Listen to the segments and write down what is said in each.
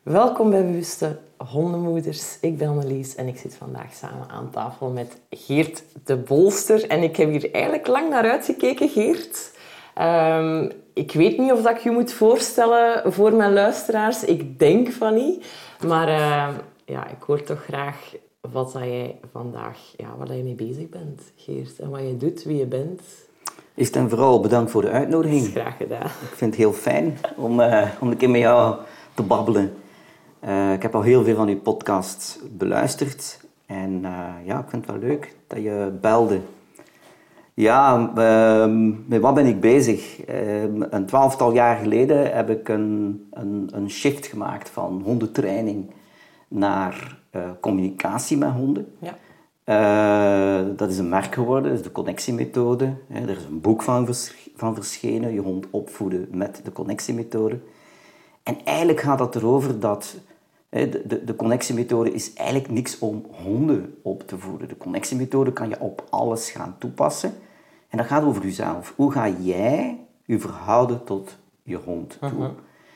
Welkom bij Bewuste Hondenmoeders. Ik ben Annelies en ik zit vandaag samen aan tafel met Geert de Bolster. En ik heb hier eigenlijk lang naar uitgekeken, Geert. Ik weet niet of dat ik je moet voorstellen voor mijn luisteraars. Ik denk van niet. Maar ik hoor toch graag wat dat jij vandaag, waar dat je mee bezig bent, Geert. En wat je doet, wie je bent. Eerst en vooral bedankt voor de uitnodiging. Dat is graag gedaan. Ik vind het heel fijn om een keer met jou te babbelen. Ik heb al heel veel van uw podcasts beluisterd. En ik vind het wel leuk dat je belde. Ja, met wat ben ik bezig? Een 12-tal jaar geleden heb ik een shift gemaakt van hondentraining naar communicatie met honden. Ja. Dat is een merk geworden, dat is de connectiemethode. Er is een boek van verschenen, je hond opvoeden met de connectiemethode. En eigenlijk gaat het erover dat de connectiemethode is eigenlijk niks om honden op te voeden. De connectiemethode kan je op alles gaan toepassen. En dat gaat over jezelf. Hoe ga jij je verhouden tot je hond toe?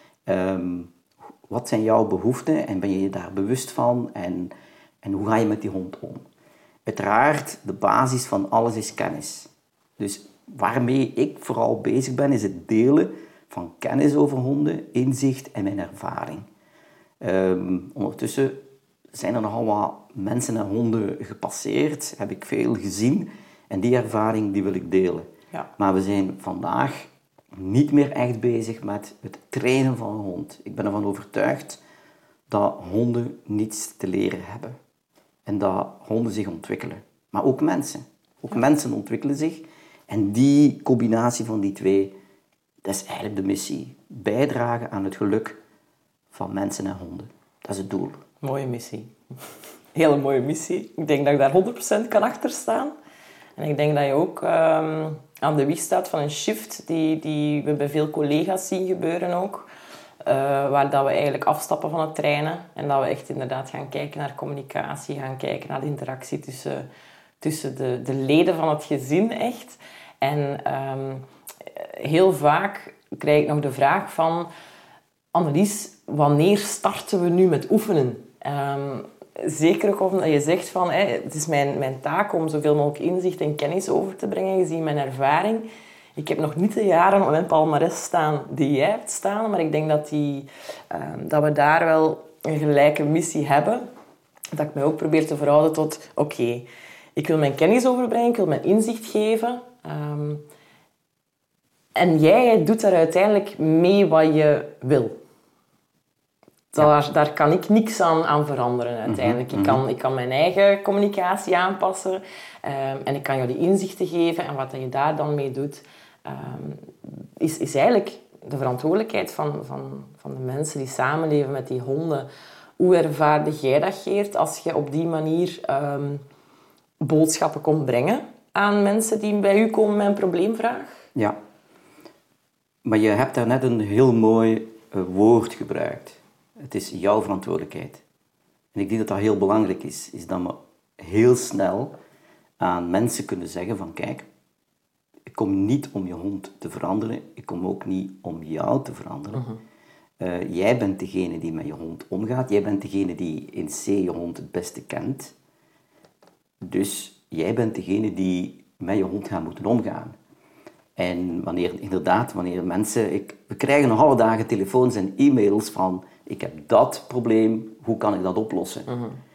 Wat zijn jouw behoeften en ben je je daar bewust van? En hoe ga je met die hond om? Uiteraard, de basis van alles is kennis. Dus waarmee ik vooral bezig ben, is het delen van kennis over honden, inzicht en mijn ervaring. Ondertussen zijn er nogal wat mensen en honden gepasseerd, heb ik veel gezien en die ervaring die wil ik delen. Ja. Maar we zijn vandaag niet meer echt bezig met het trainen van een hond. Ik ben ervan overtuigd dat honden niets te leren hebben. En dat honden zich ontwikkelen. Maar ook mensen. Ook mensen ontwikkelen zich. En die combinatie van die twee, dat is eigenlijk de missie. Bijdragen aan het geluk van mensen en honden. Dat is het doel. Mooie missie. Hele mooie missie. Ik denk dat ik daar 100% kan achter staan. En ik denk dat je ook aan de wieg staat van een shift die we bij veel collega's zien gebeuren ook. Waar dat we eigenlijk afstappen van het trainen en dat we echt inderdaad gaan kijken naar communicatie, gaan kijken naar de interactie tussen de leden van het gezin echt. En heel vaak krijg ik nog de vraag van Annelies, wanneer starten we nu met oefenen? Zeker ook omdat je zegt van het is mijn taak om zoveel mogelijk inzicht en kennis over te brengen gezien mijn ervaring. Ik heb nog niet de jaren op mijn palmares staan die jij hebt staan, maar ik denk dat we daar wel een gelijke missie hebben. Dat ik mij ook probeer te verhouden tot, oké, ik wil mijn kennis overbrengen, ik wil mijn inzicht geven. En jij doet daar uiteindelijk mee wat je wil. Daar kan ik niks aan veranderen uiteindelijk. Ik kan mijn eigen communicatie aanpassen en ik kan jou die inzichten geven en wat je daar dan mee doet. Is eigenlijk de verantwoordelijkheid van de mensen die samenleven met die honden. Hoe ervaarde jij dat, Geert, als je op die manier boodschappen komt brengen aan mensen die bij u komen met een probleemvraag? Ja, maar je hebt daar net een heel mooi woord gebruikt. Het is jouw verantwoordelijkheid. En ik denk dat dat heel belangrijk is dat we heel snel aan mensen kunnen zeggen van kijk, ik kom niet om je hond te veranderen. Ik kom ook niet om jou te veranderen. Jij bent degene die met je hond omgaat. Jij bent degene die in C je hond het beste kent. Dus jij bent degene die met je hond gaat moeten omgaan. En wanneer mensen... We krijgen nog alle dagen telefoons en e-mails van ik heb dat probleem, hoe kan ik dat oplossen?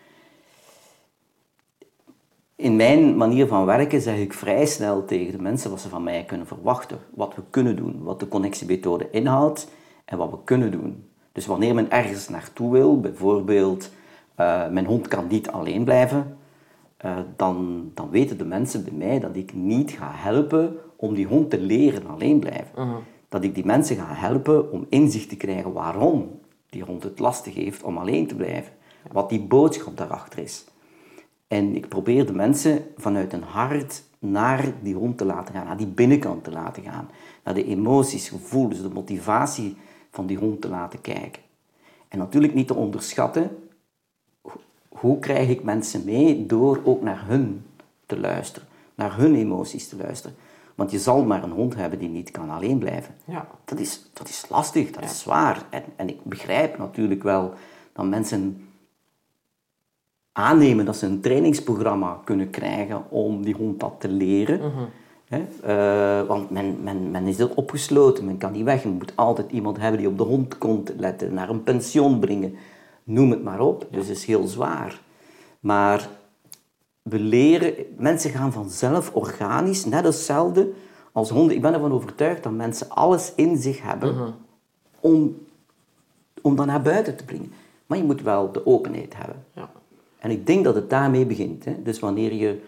In mijn manier van werken zeg ik vrij snel tegen de mensen wat ze van mij kunnen verwachten. Wat we kunnen doen, wat de connectiemethode inhoudt en wat we kunnen doen. Dus wanneer men ergens naartoe wil, bijvoorbeeld mijn hond kan niet alleen blijven, dan weten de mensen bij mij dat ik niet ga helpen om die hond te leren alleen blijven. Dat ik die mensen ga helpen om inzicht te krijgen waarom die hond het lastig heeft om alleen te blijven. Wat die boodschap daarachter is. En ik probeer de mensen vanuit hun hart naar die hond te laten gaan, naar die binnenkant te laten gaan. Naar de emoties, gevoelens, de motivatie van die hond te laten kijken. En natuurlijk niet te onderschatten, hoe krijg ik mensen mee door ook naar hun te luisteren. Naar hun emoties te luisteren. Want je zal maar een hond hebben die niet kan alleen blijven. Ja. Dat is lastig, dat is zwaar. En ik begrijp natuurlijk wel dat mensen aannemen dat ze een trainingsprogramma kunnen krijgen om die hond dat te leren. Want men is heel opgesloten, men kan niet weg. Je moet altijd iemand hebben die op de hond komt letten, naar een pension brengen. Noem het maar op. Dus het is heel zwaar. Maar we leren, mensen gaan vanzelf organisch, net hetzelfde als honden. Ik ben ervan overtuigd dat mensen alles in zich hebben om dat naar buiten te brengen. Maar je moet wel de openheid hebben. Ja. En ik denk dat het daarmee begint. Hè. Dus wanneer je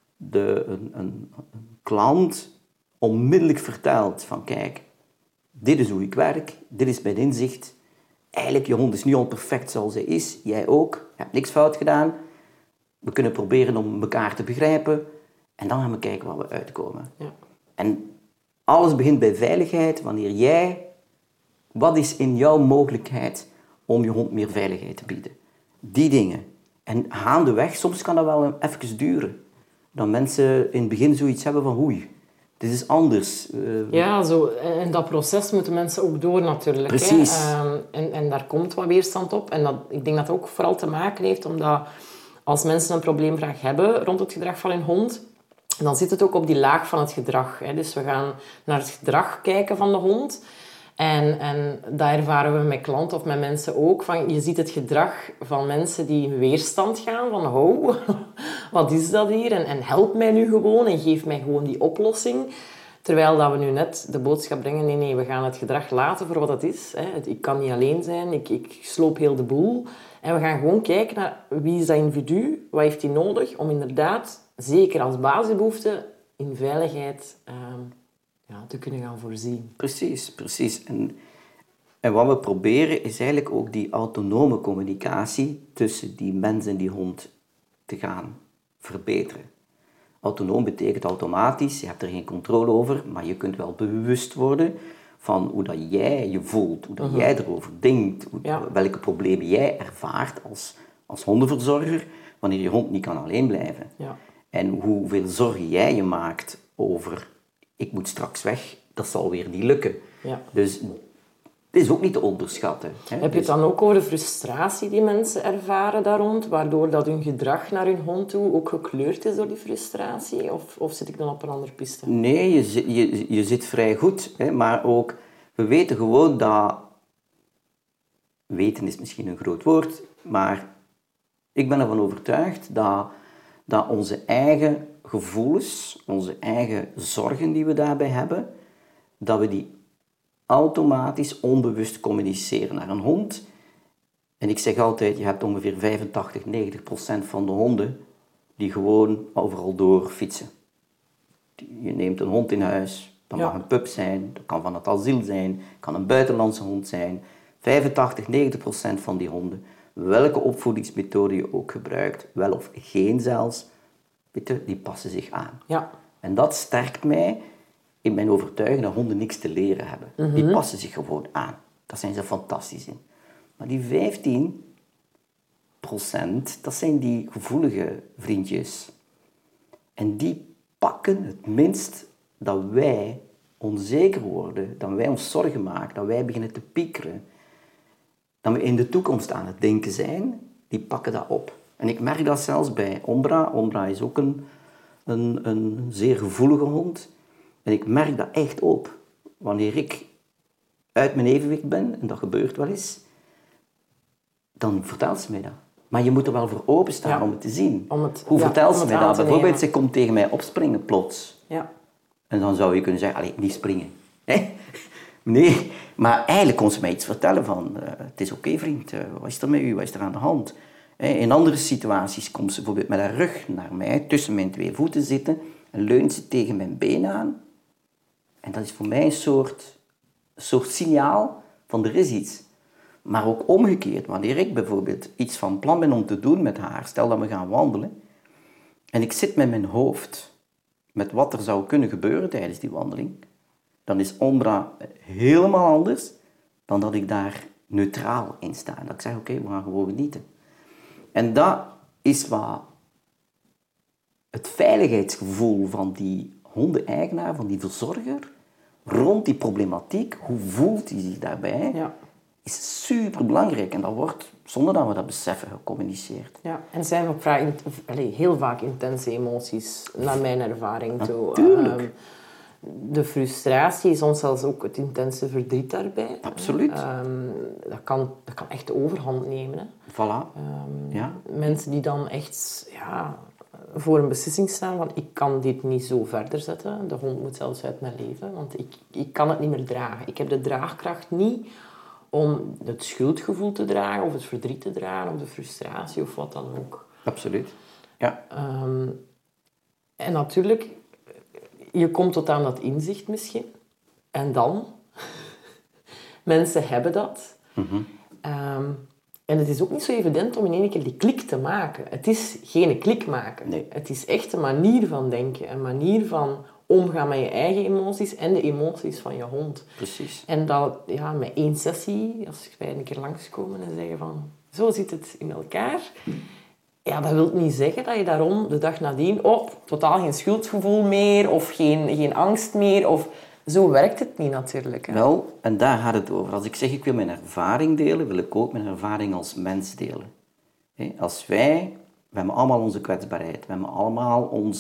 een klant onmiddellijk vertelt van kijk, dit is hoe ik werk, dit is mijn inzicht. Eigenlijk, je hond is niet onperfect zoals hij is, jij ook, je hebt niks fout gedaan. We kunnen proberen om elkaar te begrijpen en dan gaan we kijken waar we uitkomen. Ja. En alles begint bij veiligheid. Wanneer jij, wat is in jouw mogelijkheid om je hond meer veiligheid te bieden? Die dingen. En gaandeweg, soms kan dat wel even duren. Dat mensen in het begin zoiets hebben van oei, dit is anders. Ja, zo. En dat proces moeten mensen ook door natuurlijk. Precies. Hè. En daar komt wat weerstand op. En ik denk dat het ook vooral te maken heeft omdat als mensen een probleemvraag hebben rond het gedrag van hun hond, dan zit het ook op die laag van het gedrag. Hè. Dus we gaan naar het gedrag kijken van de hond. En dat ervaren we met klanten of met mensen ook. Van, je ziet het gedrag van mensen die in weerstand gaan. Van, oh, wat is dat hier? En help mij nu gewoon en geef mij gewoon die oplossing. Terwijl dat we nu net de boodschap brengen, nee, we gaan het gedrag laten voor wat het is. Hè. Ik kan niet alleen zijn, ik sloop heel de boel. En we gaan gewoon kijken naar wie is dat individu, wat heeft hij nodig om inderdaad, zeker als basisbehoefte, in veiligheid te kunnen gaan voorzien. Precies. En wat we proberen is eigenlijk ook die autonome communicatie tussen die mens en die hond te gaan verbeteren. Autonoom betekent automatisch, je hebt er geen controle over, maar je kunt wel bewust worden van hoe dat jij je voelt, hoe dat jij erover denkt, welke problemen jij ervaart als hondenverzorger wanneer je hond niet kan alleen blijven. Ja. En hoeveel zorgen jij je maakt over, ik moet straks weg, dat zal weer niet lukken. Ja. Dus het is ook niet te onderschatten. Hè? Heb je het dan ook over de frustratie die mensen ervaren daar rond, waardoor dat hun gedrag naar hun hond toe ook gekleurd is door die frustratie? Of zit ik dan op een andere piste? Nee, je zit vrij goed. Hè? Maar ook, we weten gewoon dat... Weten is misschien een groot woord, maar ik ben ervan overtuigd dat onze eigen gevoelens, onze eigen zorgen die we daarbij hebben, dat we die automatisch onbewust communiceren naar een hond. En ik zeg altijd, je hebt ongeveer 85-90% van de honden die gewoon overal door fietsen. Je neemt een hond in huis, dat mag een pup zijn, dat kan van het asiel zijn, kan een buitenlandse hond zijn. 85-90% van die honden, welke opvoedingsmethode je ook gebruikt, wel of geen zelfs, die passen zich aan. Ja. En dat sterkt mij in mijn overtuiging dat honden niks te leren hebben. Die passen zich gewoon aan. Daar zijn ze fantastisch in. Maar die 15%, dat zijn die gevoelige vriendjes. En die pakken het minst dat wij onzeker worden, dat wij ons zorgen maken, dat wij beginnen te piekeren, dat we in de toekomst aan het denken zijn, die pakken dat op. En ik merk dat zelfs bij Ombra. Ombra is ook een zeer gevoelige hond. En ik merk dat echt op. Wanneer ik uit mijn evenwicht ben, en dat gebeurt wel eens, dan vertelt ze mij dat. Maar je moet er wel voor openstaan om het te zien. Hoe vertelt ze mij dat? Bijvoorbeeld, ze komt tegen mij opspringen plots. Ja. En dan zou je kunnen zeggen, allee, niet springen. Nee, maar eigenlijk kon ze mij iets vertellen van, het is oké, vriend, wat is er met u, wat is er aan de hand? In andere situaties komt ze bijvoorbeeld met haar rug naar mij, tussen mijn twee voeten zitten, en leunt ze tegen mijn been aan. En dat is voor mij een soort signaal van er is iets. Maar ook omgekeerd, wanneer ik bijvoorbeeld iets van plan ben om te doen met haar, stel dat we gaan wandelen, en ik zit met mijn hoofd met wat er zou kunnen gebeuren tijdens die wandeling, dan is Ombra helemaal anders dan dat ik daar neutraal in sta. En dat ik zeg, oké, we gaan gewoon genieten. En dat is wat het veiligheidsgevoel van die hondeneigenaar, van die verzorger, rond die problematiek, hoe voelt hij zich daarbij, Ja. is super belangrijk. En dat wordt, zonder dat we dat beseffen, gecommuniceerd. Ja, en er zijn ook heel vaak intense emoties, naar mijn ervaring toe. Natuurlijk. De frustratie, soms zelfs ook het intense verdriet daarbij. Absoluut. Dat kan echt de overhand nemen. Hè. Voilà. Ja. Mensen die dan echt voor een beslissing staan van ik kan dit niet zo verder zetten. De hond moet zelfs uit mijn leven, want ik kan het niet meer dragen. Ik heb de draagkracht niet om het schuldgevoel te dragen of het verdriet te dragen of de frustratie of wat dan ook. Absoluut. Ja. En natuurlijk, je komt tot aan dat inzicht misschien. En dan? Mensen hebben dat. En het is ook niet zo evident om in één keer die klik te maken. Het is geen klik maken. Nee. Het is echt een manier van denken. Een manier van omgaan met je eigen emoties en de emoties van je hond. Precies. En dat, met 1 sessie, als wij een keer langskomen en zeggen van... Zo zit het in elkaar. Ja, dat wil niet zeggen dat je daarom de dag nadien... totaal geen schuldgevoel meer of geen angst meer. Of, zo werkt het niet natuurlijk. Hè. Wel, en daar gaat het over. Als ik zeg ik wil mijn ervaring delen, wil ik ook mijn ervaring als mens delen. Als we hebben allemaal onze kwetsbaarheid. We hebben allemaal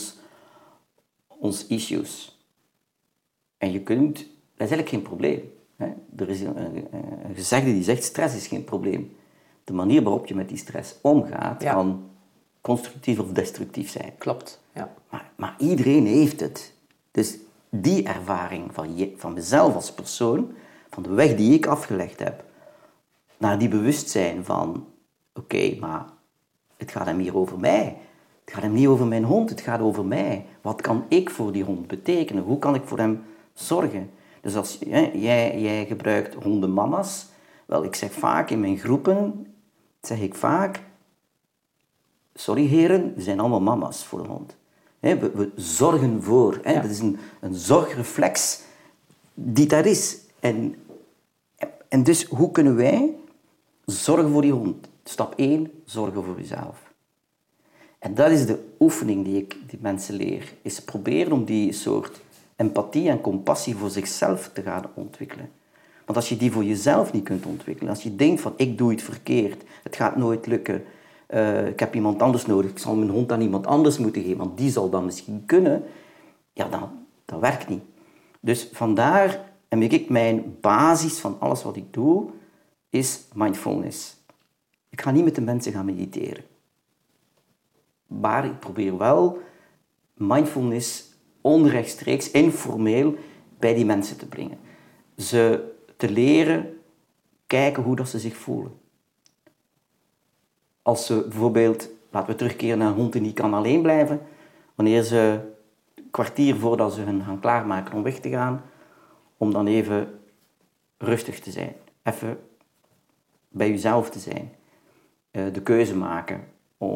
ons issues. En je kunt... Dat is eigenlijk geen probleem. Er is een gezegde die zegt, stress is geen probleem. De manier waarop je met die stress omgaat, kan constructief of destructief zijn. Klopt, ja. Maar iedereen heeft het. Dus die ervaring van mezelf als persoon, van de weg die ik afgelegd heb, naar die bewustzijn van, oké, maar het gaat hem hier over mij. Het gaat hem niet over mijn hond, het gaat over mij. Wat kan ik voor die hond betekenen? Hoe kan ik voor hem zorgen? Dus als jij gebruikt hondenmama's, wel, ik zeg vaak in mijn groepen, sorry heren, we zijn allemaal mama's voor de hond. We zorgen voor. Ja. Dat is een zorgreflex die daar is. En dus, hoe kunnen wij zorgen voor die hond? Stap 1, zorgen voor jezelf. En dat is de oefening die ik die mensen leer. Is proberen om die soort empathie en compassie voor zichzelf te gaan ontwikkelen. Want als je die voor jezelf niet kunt ontwikkelen, als je denkt van ik doe het verkeerd, het gaat nooit lukken, ik heb iemand anders nodig, ik zal mijn hond aan iemand anders moeten geven, want die zal dat misschien kunnen, ja, dat werkt niet. Dus vandaar heb ik mijn basis van alles wat ik doe, is mindfulness. Ik ga niet met de mensen gaan mediteren. Maar ik probeer wel mindfulness onrechtstreeks, informeel bij die mensen te brengen. Ze te leren kijken hoe dat ze zich voelen. Als ze bijvoorbeeld, laten we terugkeren naar een hond die niet kan alleen blijven, wanneer ze een kwartier voordat ze hen gaan klaarmaken om weg te gaan, om dan even rustig te zijn. Even bij jezelf te zijn. De keuze maken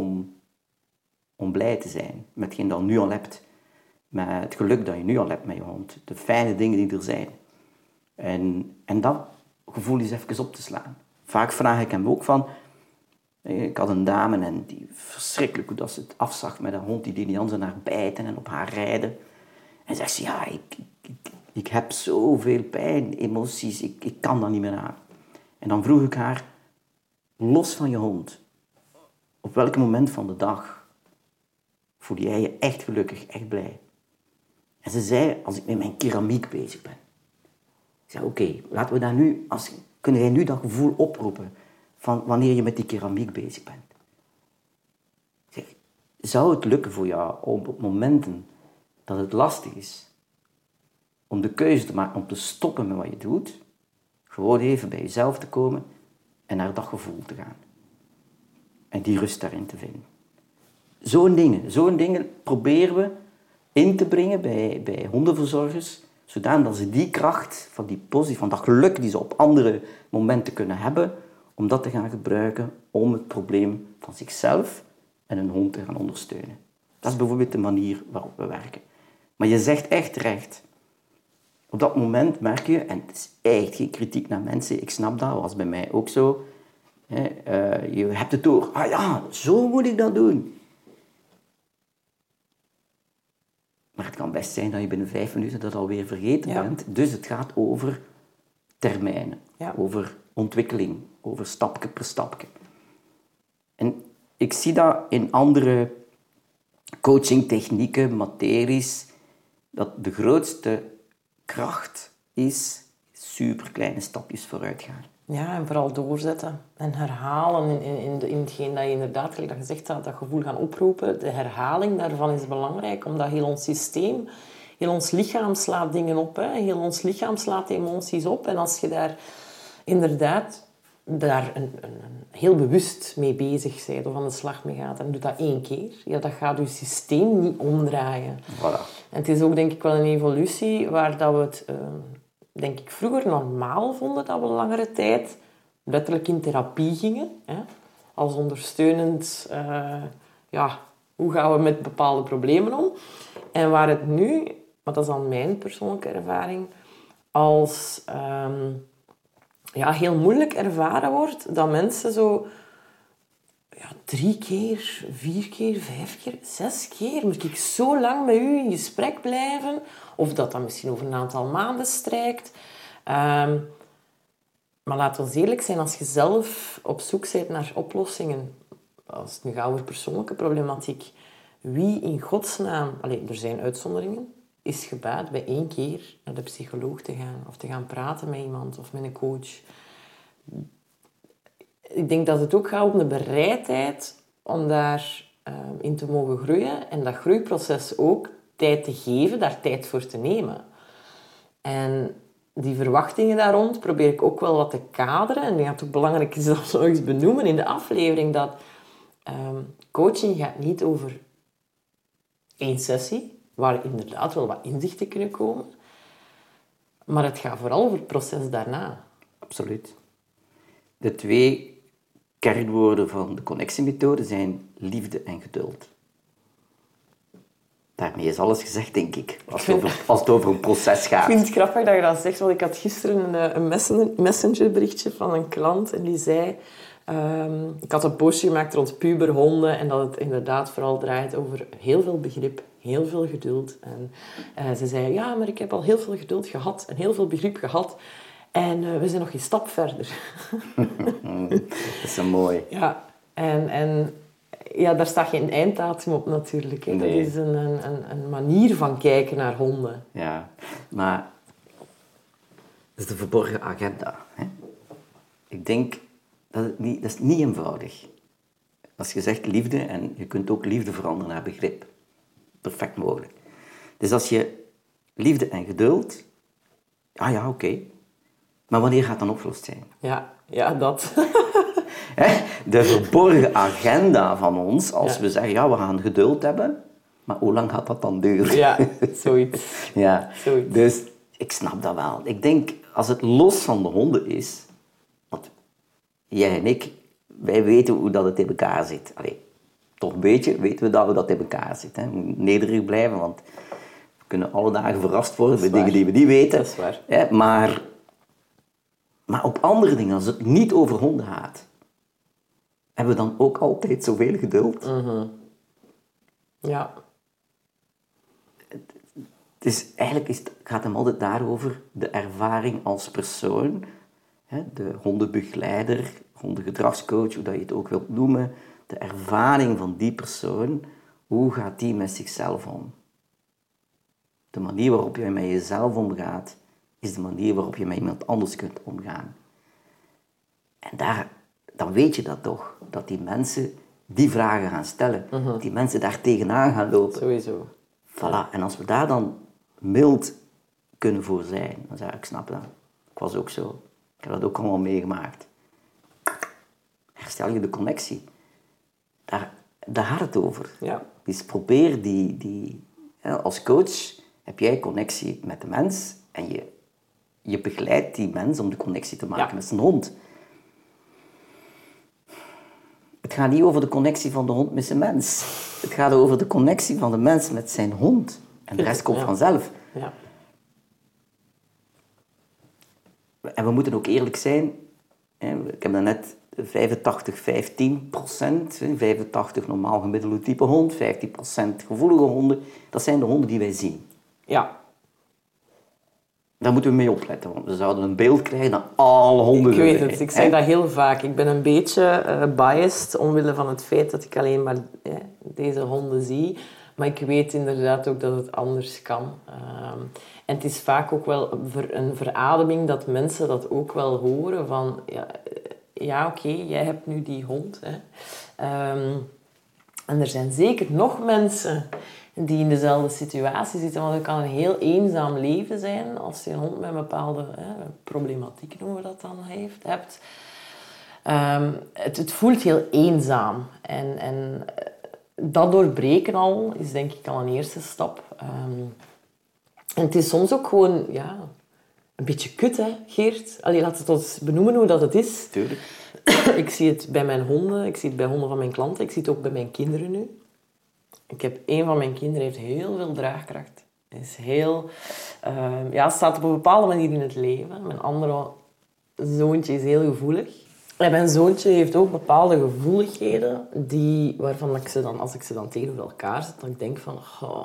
om blij te zijn met hetgeen dat je nu al hebt. Met het geluk dat je nu al hebt met je hond. De fijne dingen die er zijn. En dat gevoel is even op te slaan. Vaak vraag ik hem ook van... Ik had een dame en die verschrikkelijk hoe dat ze het afzag met een hond die niet aan haar bijten en op haar rijden. En zegt ze, ja, ik heb zoveel pijn, emoties, ik kan dat niet meer aan. En dan vroeg ik haar, los van je hond, op welk moment van de dag voel jij je echt gelukkig, echt blij? En ze zei, als ik met mijn keramiek bezig ben. Ik zei, oké, laten we dat nu, kunnen jij nu dat gevoel oproepen van wanneer je met die keramiek bezig bent? Ik zeg, zou het lukken voor jou op momenten dat het lastig is om de keuze te maken om te stoppen met wat je doet, gewoon even bij jezelf te komen en naar dat gevoel te gaan. En die rust daarin te vinden. Zo'n dingen proberen we in te brengen bij hondenverzorgers, zodat ze die kracht van die positie, van dat geluk die ze op andere momenten kunnen hebben, om dat te gaan gebruiken om het probleem van zichzelf en hun hond te gaan ondersteunen. Dat is bijvoorbeeld de manier waarop we werken. Maar je zegt echt terecht. Op dat moment merk je, en het is echt geen kritiek naar mensen, ik snap dat, was bij mij ook zo. Je hebt het door. Ah ja, zo moet ik dat doen. Maar het kan best best zijn dat je binnen 5 minuten dat alweer vergeten bent. Dus het gaat over termijnen, over ontwikkeling, over stapje per stapje. En ik zie dat in andere coachingtechnieken, materies, dat de grootste kracht is superkleine stapjes vooruit gaan. Ja, en vooral doorzetten en herhalen in hetgeen dat je inderdaad, gelijk dat je zegt, dat gevoel gaan oproepen. De herhaling daarvan is belangrijk, omdat heel ons systeem, heel ons lichaam slaat dingen op. Hè. Heel ons lichaam slaat emoties op. En als je daar inderdaad een heel bewust mee bezig bent of aan de slag mee gaat en doet dat 1 keer, ja, dat gaat je systeem niet omdraaien. Voilà. En het is ook denk ik wel een evolutie waar dat we het... denk ik, vroeger normaal vonden dat we langere tijd letterlijk in therapie gingen. Hè? Als ondersteunend, hoe gaan we met bepaalde problemen om? En waar het nu, maar dat is dan mijn persoonlijke ervaring, als heel moeilijk ervaren wordt dat mensen zo 3 keer, 4 keer, 5 keer, 6 keer moet ik zo lang met u in gesprek blijven, of dat misschien over een aantal maanden strijkt. Maar laten we eerlijk zijn, als je zelf op zoek bent naar oplossingen, als het nu gaat over persoonlijke problematiek, wie in godsnaam, er zijn uitzonderingen, is gebaat bij 1 keer naar de psycholoog te gaan, of te gaan praten met iemand, of met een coach. Ik denk dat het ook gaat om de bereidheid om daarin te mogen groeien en dat groeiproces ook tijd te geven, daar tijd voor te nemen. En die verwachtingen daar rond probeer ik ook wel wat te kaderen. En ik denk dat het ook belangrijk is dat we nog eens benoemen in de aflevering dat coaching gaat niet over 1 sessie, waar inderdaad wel wat inzichten kunnen komen. Maar het gaat vooral over het proces daarna. Absoluut. De 2 kernwoorden van de connectiemethode zijn liefde en geduld. Daarmee is alles gezegd, denk ik, als het over een proces gaat. Ik vind het grappig dat je dat zegt, want ik had gisteren een messengerberichtje van een klant en die zei... ik had een postje gemaakt rond puberhonden en dat het inderdaad vooral draait over heel veel begrip, heel veel geduld. En ze zei, ja, maar ik heb al heel veel geduld gehad en heel veel begrip gehad. En we zijn nog een stap verder. Dat is zo mooi. Ja, en daar staat geen einddatum op natuurlijk. Hè. Nee. Dat is een manier van kijken naar honden. Ja, maar dat is de verborgen agenda. Hè? Ik denk dat is niet eenvoudig. Als je zegt liefde, en je kunt ook liefde veranderen naar begrip. Perfect mogelijk. Dus als je liefde en geduld... ja, oké. Maar wanneer gaat dan opgelost zijn? Ja, dat. De verborgen agenda van ons, als we zeggen, we gaan geduld hebben, maar hoe lang gaat dat dan duren? Ja, zoiets. Zoiets. Dus ik snap dat wel. Ik denk, als het los van de honden is, want jij en ik, wij weten hoe dat het in elkaar zit. Toch een beetje weten we dat we dat in elkaar zit. Hè. We moeten nederig blijven, want we kunnen alle dagen verrast worden met dingen die we niet weten. Dat is waar. Maar op andere dingen, als het niet over honden gaat, hebben we dan ook altijd zoveel geduld? Mm-hmm. Ja. Dus eigenlijk gaat het altijd daarover de ervaring als persoon, de hondenbegeleider, hondengedragscoach, hoe dat je het ook wilt noemen, de ervaring van die persoon, hoe gaat die met zichzelf om? De manier waarop je met jezelf omgaat, is de manier waarop je met iemand anders kunt omgaan. En dan weet je dat toch, dat die mensen die vragen gaan stellen, die mensen daar tegenaan gaan lopen. Sowieso. Voilà, en als we daar dan mild kunnen voor zijn, dan zeg ik snap dat. Ik was ook zo. Ik heb dat ook allemaal meegemaakt. Herstel je de connectie. Daar gaat het over. Ja. Dus probeer als coach heb jij connectie met de mens en je begeleidt die mens om de connectie te maken met zijn hond. Het gaat niet over de connectie van de hond met zijn mens. Het gaat over de connectie van de mens met zijn hond. En de rest komt vanzelf. Ja. En we moeten ook eerlijk zijn. Ik heb net 85-15%. 85 normaal gemiddelde type hond, 15% gevoelige honden. Dat zijn de honden die wij zien. Ja. Daar moeten we mee opletten, want we zouden een beeld krijgen dat alle honden Ik weet zijn, het, ik zeg dat heel vaak. Ik ben een beetje biased omwille van het feit dat ik alleen maar deze honden zie. Maar ik weet inderdaad ook dat het anders kan. En het is vaak ook wel een verademing dat mensen dat ook wel horen. Van, ja oké, jij hebt nu die hond. Hè. En er zijn zeker nog mensen die in dezelfde situatie zitten. Want het kan een heel eenzaam leven zijn als je een hond met een bepaalde problematiek, noemen we dat dan, hebt. Het voelt heel eenzaam. En dat doorbreken al is denk ik al een eerste stap. En het is soms ook gewoon een beetje kut, hè, Geert? Allee, laat het ons benoemen hoe dat het is. Tuurlijk. Ik zie het bij mijn honden, ik zie het bij honden van mijn klanten, ik zie het ook bij mijn kinderen nu. Een van mijn kinderen heeft heel veel draagkracht. Is heel, staat op een bepaalde manier in het leven. Mijn andere zoontje is heel gevoelig. En mijn zoontje heeft ook bepaalde gevoeligheden waarvan als ik ze dan tegenover elkaar zet, dan denk ik van,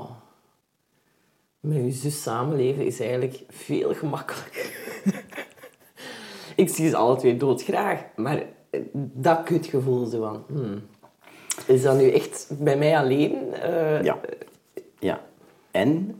met je zus samenleven is eigenlijk veel gemakkelijker. Ik zie ze alle twee doodgraag, maar dat kutgevoel zo van... Is dat nu echt bij mij alleen? Ja. En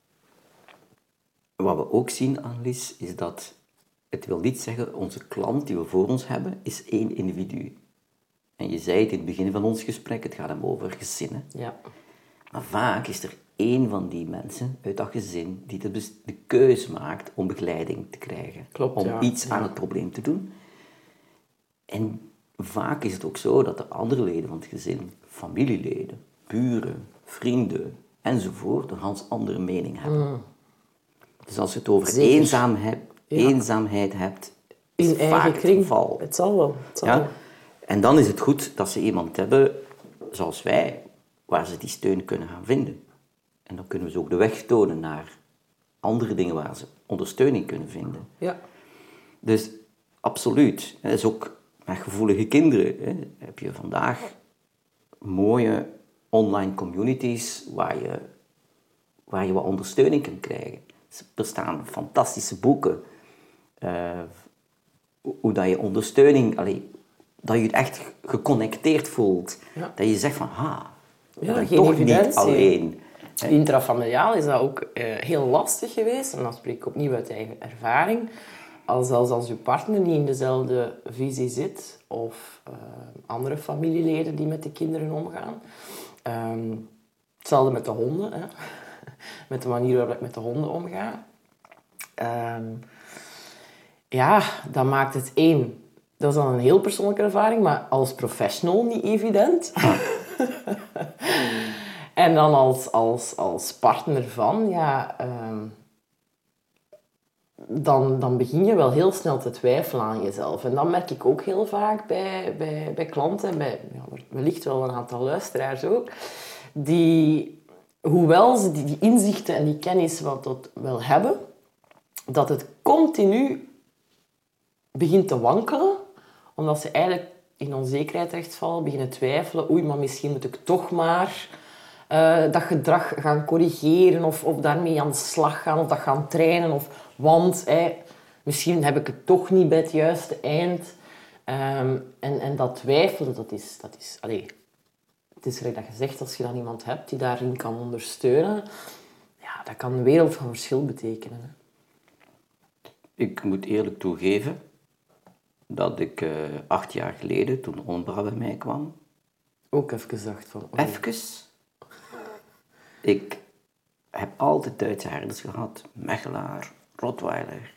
wat we ook zien, Annelies, is dat het wil niet zeggen, onze klant die we voor ons hebben, is één individu. En je zei het in het begin van ons gesprek, het gaat hem over gezinnen. Ja. Maar vaak is er één van die mensen uit dat gezin die de keuze maakt om begeleiding te krijgen. Klopt, om iets aan het probleem te doen. En vaak is het ook zo dat de andere leden van het gezin, familieleden, buren, vrienden enzovoort, een ganz andere mening hebben. Dus als je het over eenzaamheid hebt, is het vaak het geval. Het zal wel. En dan is het goed dat ze iemand hebben, zoals wij, waar ze die steun kunnen gaan vinden. En dan kunnen we ze ook de weg tonen naar andere dingen waar ze ondersteuning kunnen vinden. Ja. Dus absoluut. Dat is ook met gevoelige kinderen. Hè. Heb je vandaag mooie online communities waar je wat ondersteuning kunt krijgen. Er staan fantastische boeken. Hoe dat je ondersteuning... dat je je echt geconnecteerd voelt. Ja. Dat je zegt van... ik ben geen toch evidentie. niet alleen. Intrafamiliaal is dat ook heel lastig geweest. En dan spreek ik opnieuw uit eigen ervaring. Als je partner niet in dezelfde visie zit, of andere familieleden die met de kinderen omgaan. Hetzelfde met de honden. Hè. Met de manier waarop ik met de honden omga. Dan maakt het één. Dat is dan een heel persoonlijke ervaring, maar als professional niet evident. En dan als partner van, dan begin je wel heel snel te twijfelen aan jezelf. En dat merk ik ook heel vaak bij klanten en bij wellicht wel een aantal luisteraars ook, die, hoewel ze die inzichten en die kennis wat dat wel hebben, dat het continu begint te wankelen, omdat ze eigenlijk in onzekerheid terechtvallen, beginnen twijfelen. Oei, maar misschien moet ik toch maar dat gedrag gaan corrigeren of daarmee aan de slag gaan of dat gaan trainen. Want misschien heb ik het toch niet bij het juiste eind. En dat twijfelen, dat is het is gelijk dat je zegt, als je dan iemand hebt die daarin kan ondersteunen, dat kan een wereld van verschil betekenen. Hè. Ik moet eerlijk toegeven dat ik 8 jaar geleden, toen Ombra bij mij kwam... Ook even dacht van... Even? Ik heb altijd Duitse herders gehad. Mechelaar, Rottweiler.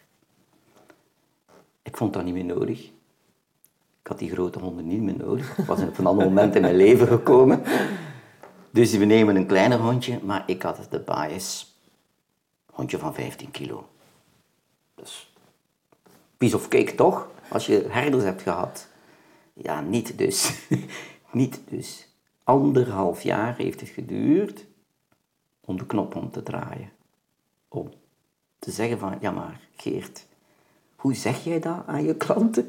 Ik vond dat niet meer nodig. Ik had die grote honden niet meer nodig. Ik was op een ander moment in mijn leven gekomen. Dus we nemen een kleiner hondje, maar ik had de bias. Hondje van 15 kilo. Dus piece of cake toch? Als je herders hebt gehad. Ja, niet dus. Niet dus. 1,5 jaar heeft het geduurd om de knop om te draaien. Om te zeggen van, ja maar Geert, hoe zeg jij dat aan je klanten?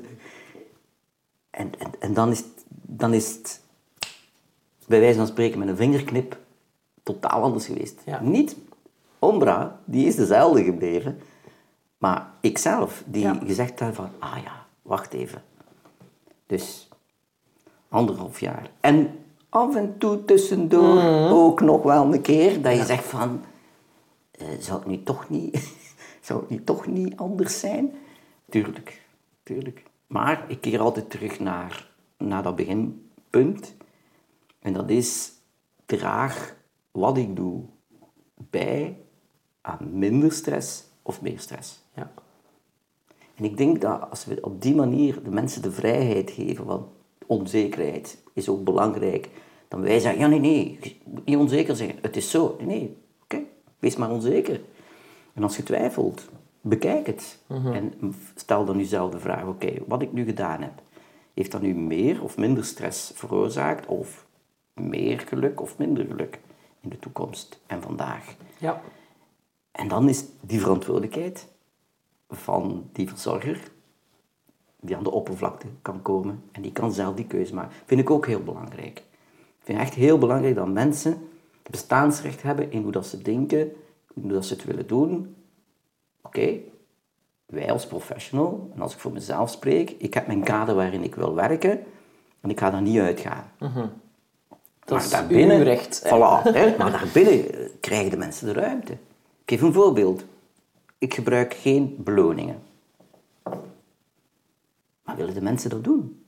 En dan is het, bij wijze van spreken met een vingerknip, totaal anders geweest. Ja. Niet Ombra, die is dezelfde gebleven. Maar ikzelf, die gezegd had van, wacht even. Dus 1,5 jaar. En af en toe tussendoor ook nog wel een keer dat je zegt van, zou het nu toch niet anders zijn? Tuurlijk. Maar ik keer altijd terug naar dat beginpunt. En dat is, draag wat ik doe bij aan minder stress of meer stress. Ja. En ik denk dat als we op die manier de mensen de vrijheid geven, want onzekerheid is ook belangrijk, dan wij zeggen, ja nee, je moet niet onzeker zijn, het is zo. Nee, oké, wees maar onzeker. En als je twijfelt, bekijk het. En stel dan jezelf de vraag, oké, wat ik nu gedaan heb, heeft dat nu meer of minder stress veroorzaakt, of meer geluk of minder geluk in de toekomst en vandaag? Ja. En dan is die verantwoordelijkheid van die verzorger, die aan de oppervlakte kan komen en die kan zelf die keuze maken. Vind ik ook heel belangrijk. Ik vind echt heel belangrijk dat mensen bestaansrecht hebben in hoe dat ze denken, hoe dat ze het willen doen. Oké, wij als professional, en als ik voor mezelf spreek, ik heb mijn kader waarin ik wil werken en ik ga daar niet uitgaan. Dat is uw recht. Voilà, maar daarbinnen krijgen de mensen de ruimte. Ik geef een voorbeeld. Ik gebruik geen beloningen. Maar willen de mensen dat doen?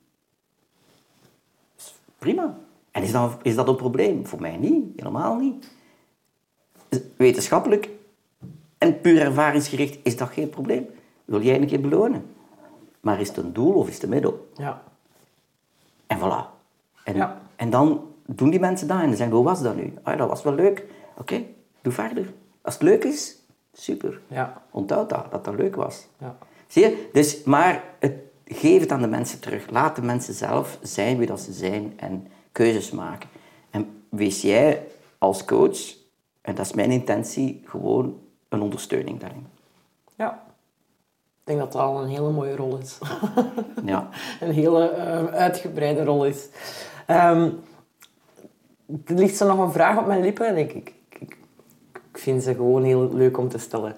Prima. En is dat een probleem? Voor mij niet, helemaal niet. Wetenschappelijk en puur ervaringsgericht is dat geen probleem. Wil jij een keer belonen? Maar is het een doel of is het een middel? Ja. En voilà. En dan doen die mensen dat en dan zeggen, hoe was dat nu? Dat was wel leuk. Oké, doe verder. Als het leuk is, super. Ja. Onthoud dat leuk was. Ja. Zie je? Dus, maar geef het aan de mensen terug. Laat de mensen zelf zijn wie dat ze zijn en keuzes maken. En wees jij als coach, en dat is mijn intentie, gewoon een ondersteuning daarin. Ja. Ik denk dat dat al een hele mooie rol is. Ja. Een hele uitgebreide rol is. Er ligt zo nog een vraag op mijn lippen en ik vind ze gewoon heel leuk om te stellen.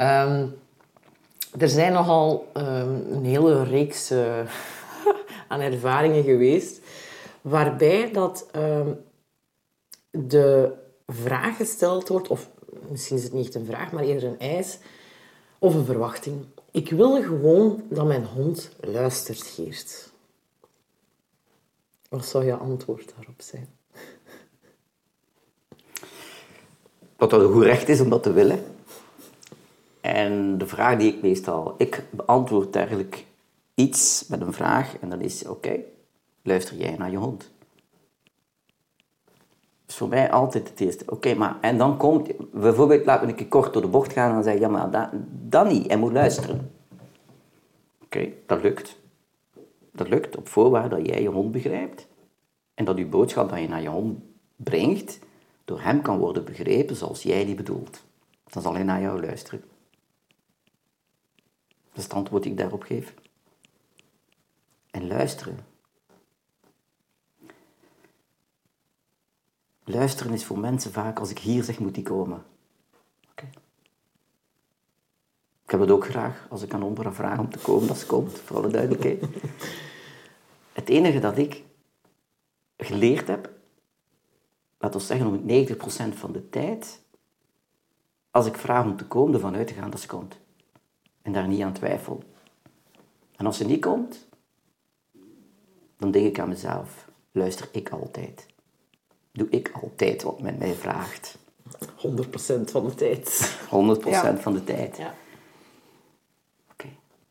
Er zijn nogal een hele reeks aan ervaringen geweest waarbij dat de vraag gesteld wordt, of misschien is het niet echt een vraag, maar eerder een eis of een verwachting. Ik wil gewoon dat mijn hond luistert, Geert. Wat zou je antwoord daarop zijn? Dat een goed recht is om dat te willen. En de vraag die ik meestal... Ik beantwoord eigenlijk iets met een vraag en dan is, oké, luister jij naar je hond? Dat is voor mij altijd het eerste. Oké, maar... En dan komt... Bijvoorbeeld, laten we een keer kort door de bocht gaan en dan zeg je, ja, maar dat niet. Hij moet luisteren. Oké, dat lukt. Dat lukt op voorwaarde dat jij je hond begrijpt. En dat je boodschap dat je naar je hond brengt, door hem kan worden begrepen zoals jij die bedoelt. Dan zal hij naar jou luisteren. Dat is het antwoord die ik daarop geef. En luisteren. Luisteren is voor mensen vaak, als ik hier zeg, moet die komen. Okay. Ik heb het ook graag, als ik aan Ombra vraag om te komen, dat ze komt, voor alle duidelijkheid. Het enige dat ik geleerd heb, laten we zeggen om 90% van de tijd, als ik vraag om te komen, ervan uit te gaan dat ze komt. En daar niet aan twijfel. En als ze niet komt, dan denk ik aan mezelf, luister ik altijd. Doe ik altijd wat men mij vraagt. 100% van de tijd. 100% van de tijd. Ja. Oké.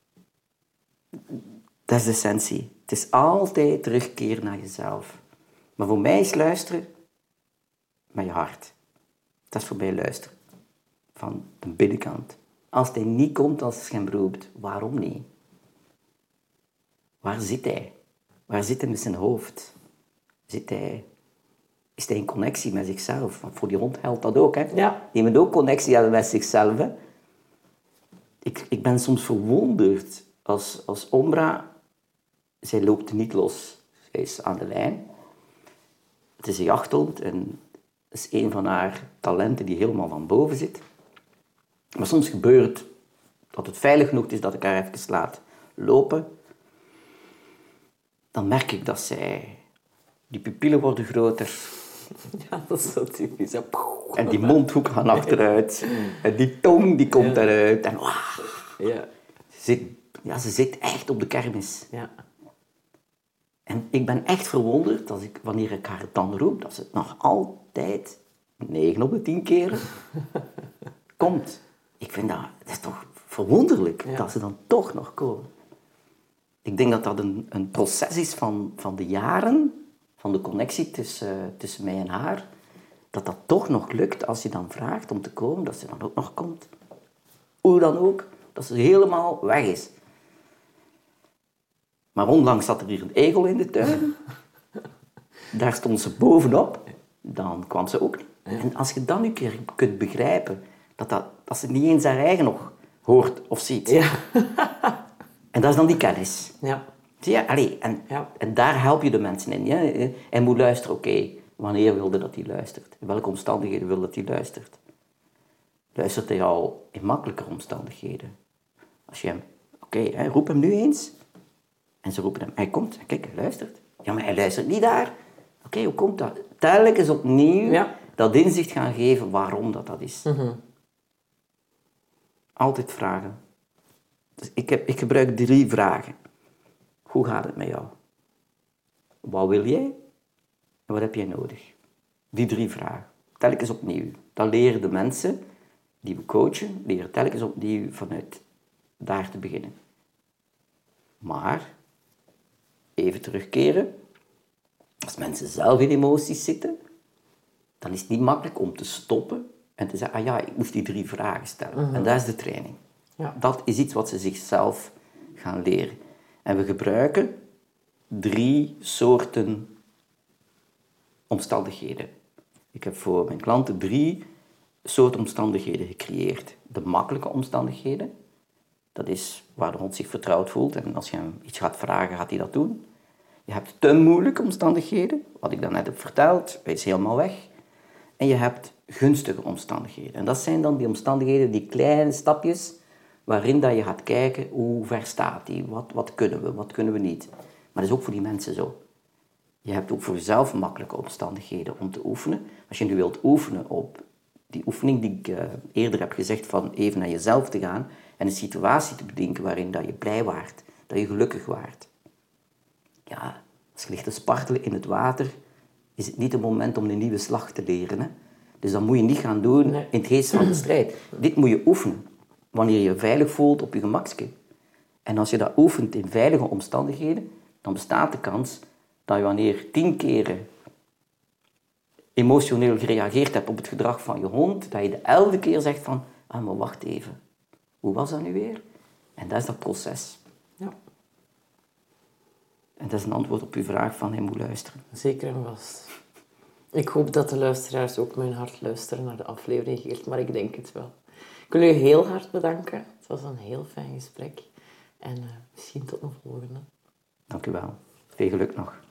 Dat is de essentie. Het is altijd terugkeren naar jezelf. Maar voor mij is luisteren met je hart. Dat is voor mij luisteren. Van de binnenkant. Als hij niet komt als schermroept, waarom niet? Waar zit hij? Waar zit hij met zijn hoofd? Is hij in connectie met zichzelf? Want voor die hond geldt dat ook, hè? Ja. Die moet ook connectie hebben met zichzelf, hè? Ik ben soms verwonderd als Ombra, zij loopt niet los. Zij is aan de lijn. Het is een jachthond en het is een van haar talenten die helemaal van boven zit. Maar soms gebeurt dat het veilig genoeg is dat ik haar even laat lopen. Dan merk ik dat die pupillen worden groter. Ja, dat is zo typisch. Hè. En die mondhoeken gaan achteruit. En die tong die komt eruit. En Ja. ze zit echt op de kermis. Ja. En ik ben echt verwonderd wanneer ik haar dan roep, dat ze het nog altijd 9 op de 10 keren komt. Ik vind dat is toch verwonderlijk dat ze dan toch nog komen. Ik denk dat dat een proces is van de jaren, van de connectie tussen mij en haar, dat toch nog lukt als je dan vraagt om te komen, dat ze dan ook nog komt. Hoe dan ook, dat ze helemaal weg is. Maar onlangs zat er hier een egel in de tuin. Daar stond ze bovenop. Dan kwam ze ook niet. En als je dan een keer kunt begrijpen dat ze niet eens haar eigen nog hoort of ziet. Ja. En dat is dan die kennis. Ja. Zie je? Allee, en daar help je de mensen in. Ja? En moet luisteren, oké. Wanneer wilde dat hij luistert? In welke omstandigheden wil dat hij luistert? Luistert hij al in makkelijke omstandigheden? Als je hem, roep hem nu eens. En ze roepen hem, hij komt, kijk, hij luistert. Ja, maar hij luistert niet daar. Oké, hoe komt dat? Telkens opnieuw dat inzicht gaan geven waarom dat is. Mm-hmm. Altijd vragen. Dus ik gebruik 3 vragen. Hoe gaat het met jou? Wat wil jij? En wat heb jij nodig? Die 3 vragen. Telkens opnieuw. Dan leren de mensen die we coachen, leren telkens opnieuw vanuit daar te beginnen. Maar, even terugkeren. Als mensen zelf in emoties zitten, dan is het niet makkelijk om te stoppen en te zeggen, ik moet die 3 vragen stellen. Mm-hmm. En dat is de training. Ja. Dat is iets wat ze zichzelf gaan leren. En we gebruiken 3 soorten omstandigheden. Ik heb voor mijn klanten 3 soorten omstandigheden gecreëerd. De makkelijke omstandigheden. Dat is waar de hond zich vertrouwd voelt. En als je hem iets gaat vragen, gaat hij dat doen. Je hebt te moeilijke omstandigheden. Wat ik dan net heb verteld, hij is helemaal weg. En je hebt gunstige omstandigheden. En dat zijn dan die omstandigheden, die kleine stapjes, waarin dat je gaat kijken, hoe ver staat hij? Wat kunnen we, wat kunnen we niet? Maar dat is ook voor die mensen zo. Je hebt ook voor jezelf makkelijke omstandigheden om te oefenen. Als je nu wilt oefenen op die oefening die ik eerder heb gezegd, van even naar jezelf te gaan en een situatie te bedenken waarin dat je blij waart, dat je gelukkig waart. Ja, als je ligt te spartelen in het water, is het niet het moment om een nieuwe slag te leren. Hè? Dus dat moet je niet gaan doen in het geest van de strijd. Dit moet je oefenen, wanneer je je veilig voelt op je gemakske. En als je dat oefent in veilige omstandigheden, dan bestaat de kans dat je wanneer 10 keren emotioneel gereageerd hebt op het gedrag van je hond, dat je de 11e keer zegt van, maar wacht even, hoe was dat nu weer? En dat is dat proces. Ja. En dat is een antwoord op uw vraag van, hij moet luisteren. Zeker en vast. Ik hoop dat de luisteraars ook mijn hart luisteren naar de aflevering, Geert, maar ik denk het wel. Ik wil u heel hard bedanken. Het was een heel fijn gesprek. En misschien tot een volgende. Dank u wel. Veel geluk nog.